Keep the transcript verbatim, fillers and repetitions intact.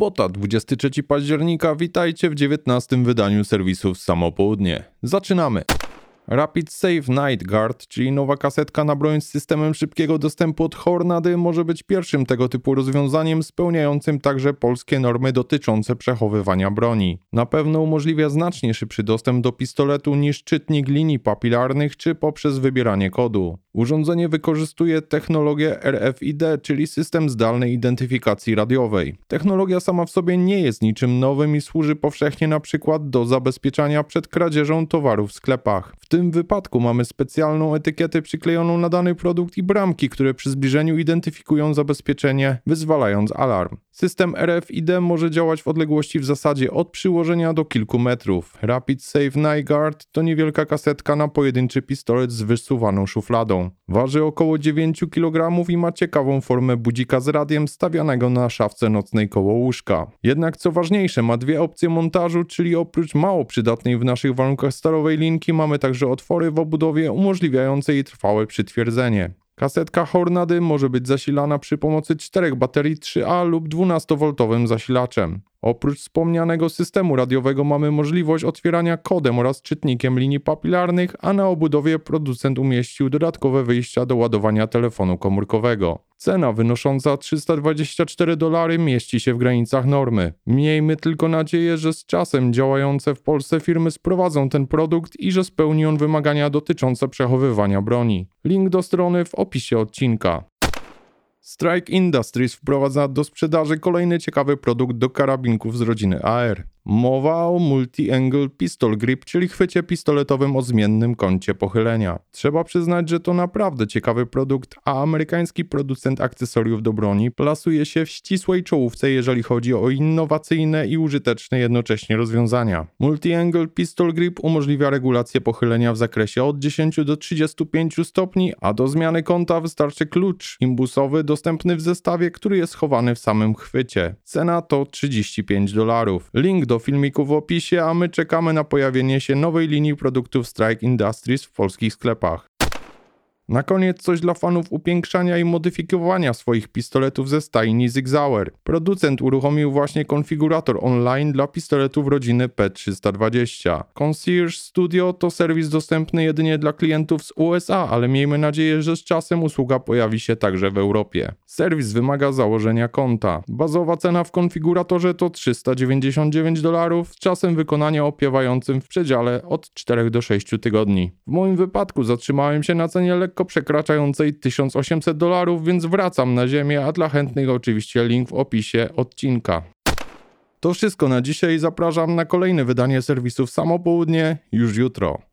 Sobota, dwudziestego trzeciego października, witajcie w dziewiętnastym wydaniu serwisów Samo Południe. Zaczynamy! Rapid Safe Night Guard, czyli nowa kasetka na broń z systemem szybkiego dostępu od Hornady, może być pierwszym tego typu rozwiązaniem spełniającym także polskie normy dotyczące przechowywania broni. Na pewno umożliwia znacznie szybszy dostęp do pistoletu niż czytnik linii papilarnych czy poprzez wybieranie kodu. Urządzenie wykorzystuje technologię R F I D, czyli system zdalnej identyfikacji radiowej. Technologia sama w sobie nie jest niczym nowym i służy powszechnie na przykład do zabezpieczania przed kradzieżą towarów w sklepach. W tym wypadku mamy specjalną etykietę przyklejoną na dany produkt i bramki, które przy zbliżeniu identyfikują zabezpieczenie, wyzwalając alarm. System R F I D może działać w odległości w zasadzie od przyłożenia do kilku metrów. Rapid Safe Night Guard to niewielka kasetka na pojedynczy pistolet z wysuwaną szufladą. Waży około dziewięć kilogramów i ma ciekawą formę budzika z radiem stawianego na szafce nocnej koło łóżka. Jednak co ważniejsze, ma dwie opcje montażu, czyli oprócz mało przydatnej w naszych warunkach stalowej linki mamy także otwory w obudowie umożliwiające jej trwałe przytwierdzenie. Kasetka Hornady może być zasilana przy pomocy czterech baterii trzy A lub dwunastowoltowym zasilaczem. Oprócz wspomnianego systemu radiowego mamy możliwość otwierania kodem oraz czytnikiem linii papilarnych, a na obudowie producent umieścił dodatkowe wyjścia do ładowania telefonu komórkowego. Cena wynosząca trzysta dwadzieścia cztery dolary mieści się w granicach normy. Miejmy tylko nadzieję, że z czasem działające w Polsce firmy sprowadzą ten produkt i że spełni on wymagania dotyczące przechowywania broni. Link do strony w opisie odcinka. Strike Industries wprowadza do sprzedaży kolejny ciekawy produkt do karabinków z rodziny A R. Mowa o Multi-Angle Pistol Grip, czyli chwycie pistoletowym o zmiennym kącie pochylenia. Trzeba przyznać, że to naprawdę ciekawy produkt, a amerykański producent akcesoriów do broni plasuje się w ścisłej czołówce, jeżeli chodzi o innowacyjne i użyteczne jednocześnie rozwiązania. Multi-Angle Pistol Grip umożliwia regulację pochylenia w zakresie od dziesięciu do trzydziestu pięciu stopni, a do zmiany kąta wystarczy klucz imbusowy dostępny w zestawie, który jest schowany w samym chwycie. Cena to trzydzieści pięć dolarów. Link do filmiku w opisie, a my czekamy na pojawienie się nowej linii produktów Strike Industries w polskich sklepach. Na koniec coś dla fanów upiększania i modyfikowania swoich pistoletów ze stajni Sig Sauer. Producent uruchomił właśnie konfigurator online dla pistoletów rodziny P trzysta dwadzieścia. Concierge Studio to serwis dostępny jedynie dla klientów z U S A, ale miejmy nadzieję, że z czasem usługa pojawi się także w Europie. Serwis wymaga założenia konta. Bazowa cena w konfiguratorze to trzysta dziewięćdziesiąt dziewięć dolarów, z czasem wykonania opiewającym w przedziale od czterech do sześciu tygodni. W moim wypadku zatrzymałem się na cenie lekko przekraczającej tysiąc osiemset dolarów, więc wracam na ziemię, a dla chętnych oczywiście link w opisie odcinka. To wszystko na dzisiaj, zapraszam na kolejne wydanie serwisów Samo Południe już jutro.